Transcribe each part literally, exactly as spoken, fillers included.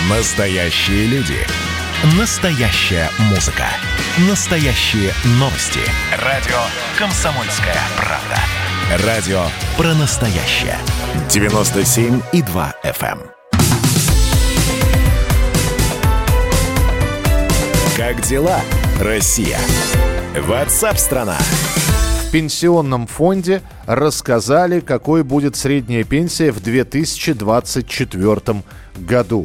Настоящие люди. Настоящая музыка. Настоящие новости. Радио «Комсомольская правда». Радио про настоящее. девяносто семь и два эф эм. Как дела, Россия? Ватсап-страна! В Пенсионном фонде рассказали, какой будет средняя пенсия в две тысячи двадцать четвёртом году.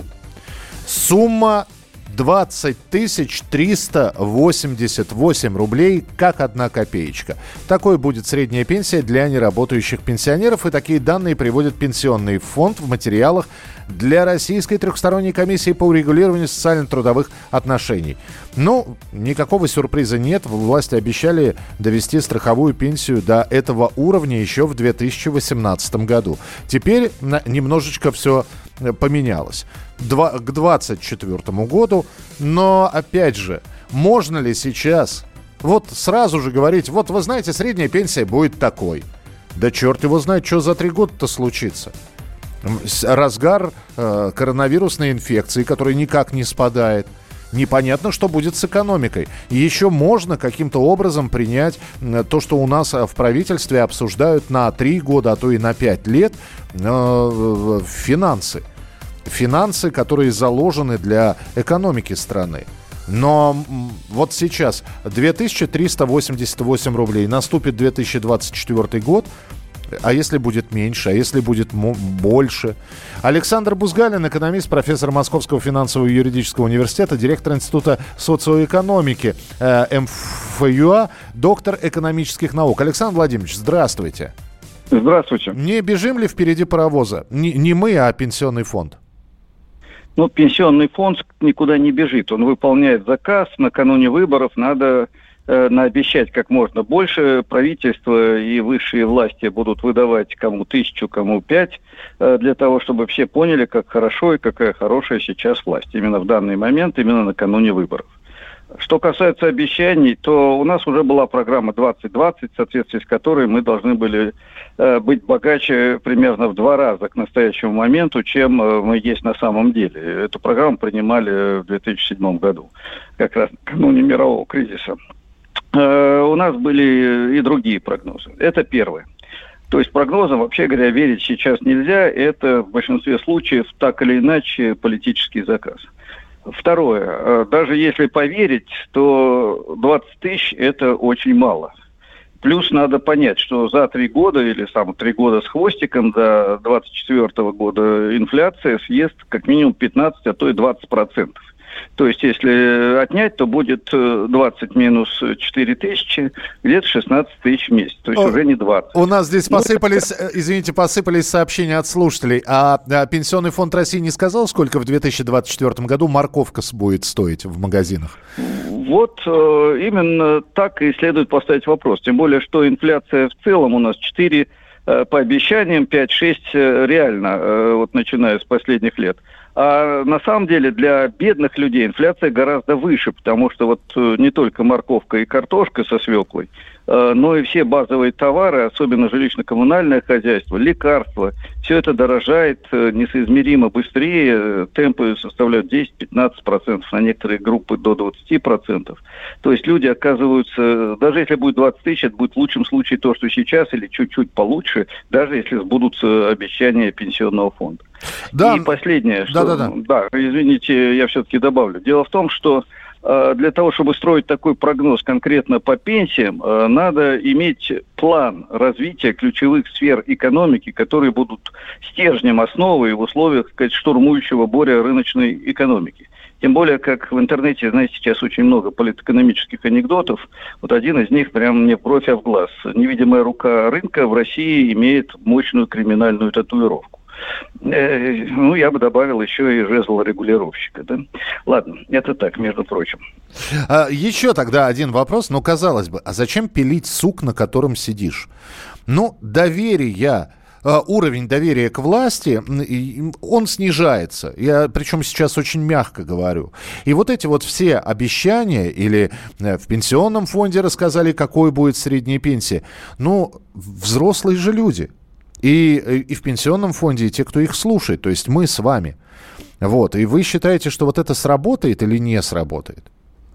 Сумма двадцать тысяч триста восемьдесят восемь рублей, как одна копеечка. Такой будет средняя пенсия для неработающих пенсионеров. И такие данные приводит Пенсионный фонд в материалах для Российской трехсторонней комиссии по урегулированию социально-трудовых отношений. Ну, никакого сюрприза нет. Власти обещали довести страховую пенсию до этого уровня еще в две тысячи восемнадцатом году. Теперь немножечко все поменялось. Два, к двадцать четвёртому году. Но, опять же, можно ли сейчас вот сразу же говорить, вот вы знаете, средняя пенсия будет такой? Да черт его знает, что за три года-то случится. Разгар э, коронавирусной инфекции, которая никак не спадает. Непонятно, что будет с экономикой. И еще можно каким-то образом принять то, что у нас в правительстве обсуждают на три года, а то и на пять лет э, финансы. Финансы, которые заложены для экономики страны. Но вот сейчас две тысячи триста восемьдесят восемь рублей, наступит две тысячи двадцать четвёртый год. А если будет меньше, а если будет м- больше? Александр Бузгалин, экономист, профессор Московского финансового и юридического университета, директор Института социоэкономики э, эм эф ю а, доктор экономических наук. Александр Владимирович, здравствуйте. Здравствуйте. Не бежим ли впереди паровоза? Не, не мы, а Пенсионный фонд. Ну, Пенсионный фонд никуда не бежит. Он выполняет заказ. Накануне выборов надо э, наобещать как можно больше. Правительство и высшие власти будут выдавать кому тысячу, кому пять, э, для того, чтобы все поняли, как хорошо и какая хорошая сейчас власть. Именно в данный момент, именно накануне выборов. Что касается обещаний, то у нас уже была программа двадцать двадцать, в соответствии с которой мы должны были э, быть богаче примерно в два раза к настоящему моменту, чем э, мы есть на самом деле. Эту программу принимали в две тысячи седьмом году, как раз накануне мирового кризиса. Э, у нас были и другие прогнозы. Это первое. То есть прогнозам, вообще говоря, верить сейчас нельзя. Это в большинстве случаев так или иначе политический заказ. Второе. Даже если поверить, то двадцать тысяч – это очень мало. Плюс надо понять, что за три года или сам три года с хвостиком до двадцать четвёртого года инфляция съест как минимум пятнадцать, а то и двадцать процентов. То есть, если отнять, то будет двадцать минус четыре тысячи, где-то шестнадцать тысяч в месяц. То есть, О, уже не двадцать. У нас здесь посыпались, ну, извините, посыпались сообщения от слушателей. А, а Пенсионный фонд России не сказал, сколько в две тысячи двадцать четвёртом году морковка будет стоить в магазинах? Вот э, именно так и следует поставить вопрос. Тем более, что инфляция в целом у нас четыре э, по обещаниям, пять-шесть э, реально, э, вот начиная с последних лет. А на самом деле для бедных людей инфляция гораздо выше, потому что вот не только морковка и картошка со свеклой, но и все базовые товары, особенно жилищно-коммунальное хозяйство, лекарства, все это дорожает несоизмеримо быстрее, темпы составляют десять-пятнадцать процентов, на некоторые группы до двадцать процентов. То есть люди оказываются, даже если будет двадцать тысяч, это будет в лучшем случае то, что сейчас, или чуть-чуть получше, даже если сбудутся обещания Пенсионного фонда. Да. И последнее, что... Да, да, да. Да, извините, я все-таки добавлю. Дело в том, что э, для того, чтобы строить такой прогноз конкретно по пенсиям, э, надо иметь план развития ключевых сфер экономики, которые будут стержнем, основой в условиях, так сказать, штурмующего боря рыночной экономики. Тем более, как в интернете, знаете, сейчас очень много политэкономических анекдотов. Вот один из них прям мне в бровь, а в глаз. Невидимая рука рынка в России имеет мощную криминальную татуировку. Ну, я бы добавил еще и жезл регулировщика, да? Ладно, это так, между прочим. А, еще тогда один вопрос, ну, казалось бы, а зачем пилить сук, на котором сидишь? Ну, доверие, уровень доверия к власти, он снижается. Я, причем сейчас очень мягко говорю. И вот эти вот все обещания, или в Пенсионном фонде рассказали, какой будет средняя пенсия, ну, взрослые же люди. И, и в Пенсионном фонде, и те, кто их слушает, то есть мы с вами. Вот. И вы считаете, что вот это сработает или не сработает?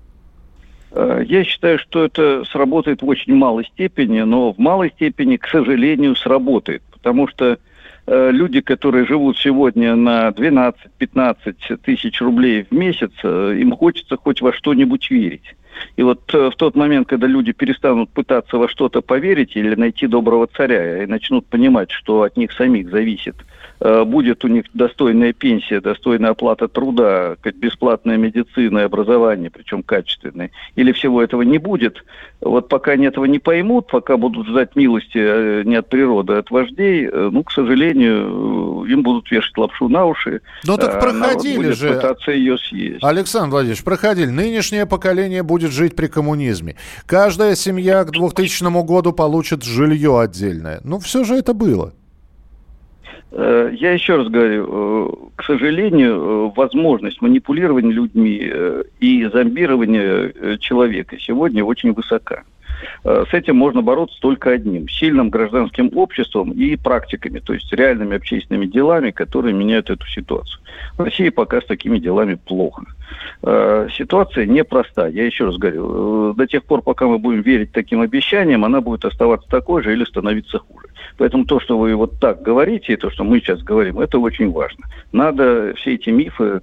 Я считаю, что это сработает в очень малой степени, но в малой степени, к сожалению, сработает. Потому что э, люди, которые живут сегодня на двенадцать-пятнадцать тысяч рублей в месяц, э, им хочется хоть во что-нибудь верить. И вот э, в тот момент, когда люди перестанут пытаться во что-то поверить или найти доброго царя, и начнут понимать, что от них самих зависит, э, будет у них достойная пенсия, достойная оплата труда, бесплатная медицина и образование, причем качественное, или всего этого не будет, вот пока они этого не поймут, пока будут ждать милости э, не от природы, а от вождей, э, ну, к сожалению, э, им будут вешать лапшу на уши. Ну так а проходили народ будет же. пытаться ее съесть. Александр Владимирович, проходили. Нынешнее поколение будет жить при коммунизме. Каждая семья к двухтысячному году получит жилье отдельное. Ну, все же это было. Я еще раз говорю, к сожалению, возможность манипулирования людьми и зомбирования человека сегодня очень высока. С этим можно бороться только одним – сильным гражданским обществом и практиками, то есть реальными общественными делами, которые меняют эту ситуацию. В России пока с такими делами плохо. Ситуация непроста, я еще раз говорю. До тех пор, пока мы будем верить таким обещаниям, она будет оставаться такой же или становиться хуже. Поэтому то, что вы вот так говорите, и то, что мы сейчас говорим, это очень важно. Надо все эти мифы,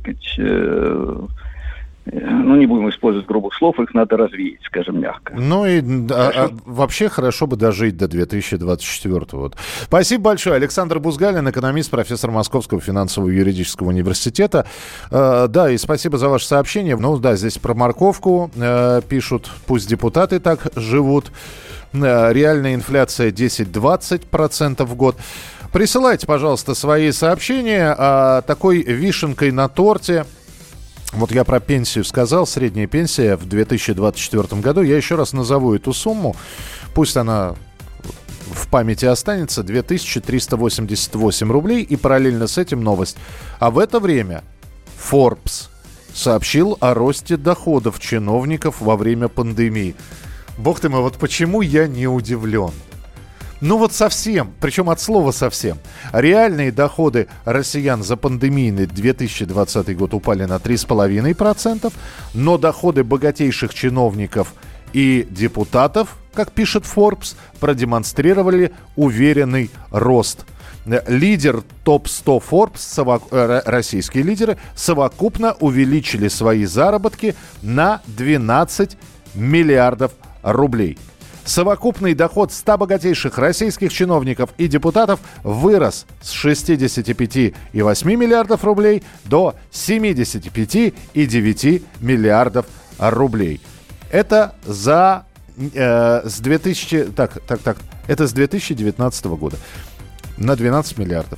ну, не будем использовать грубых слов, их надо развеять, скажем мягко. Ну и а, а, вообще хорошо бы дожить до две тысячи двадцать четвёртого. Вот. Спасибо большое. Александр Бузгалин, экономист, профессор Московского финансового юридического университета. Э, да, и спасибо за ваше сообщение. Ну да, здесь про морковку э, пишут, пусть депутаты так живут. Э, реальная инфляция десять-двадцать процентов в год. Присылайте, пожалуйста, свои сообщения. А такой вишенкой на торте. Вот я про пенсию сказал, средняя пенсия в две тысячи двадцать четвёртом году. Я еще раз назову эту сумму, пусть она в памяти останется, две тысячи триста восемьдесят восемь рублей. И параллельно с этим новость. А в это время Forbes сообщил о росте доходов чиновников во время пандемии. Бог ты мой, вот почему я не удивлен? Ну вот совсем, причем от слова совсем. Реальные доходы россиян за пандемийный две тысячи двадцатый год упали на три целых пять десятых процента, но доходы богатейших чиновников и депутатов, как пишет Forbes, продемонстрировали уверенный рост. Лидер топ сто Forbes, совок... российские лидеры, совокупно увеличили свои заработки на двенадцать миллиардов рублей. Совокупный доход ста богатейших российских чиновников и депутатов вырос с шестидесяти пяти целых восьми десятых миллиардов рублей до семидесяти пяти целых девяти десятых миллиардов рублей. Это за э, с две тысячи так так так это с две тысячи девятнадцатого года на двенадцать миллиардов.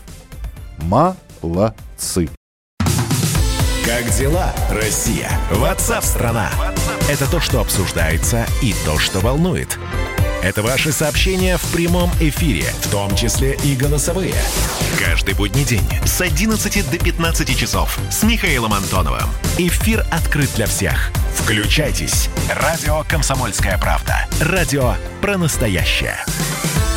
Молодцы. Как дела, Россия? Ватсап-страна! Это то, что обсуждается и то, что волнует. Это ваши сообщения в прямом эфире, в том числе и голосовые. Каждый будний день с одиннадцати до пятнадцати часов с Михаилом Антоновым. Эфир открыт для всех. Включайтесь. Радио «Комсомольская правда». Радио про настоящее.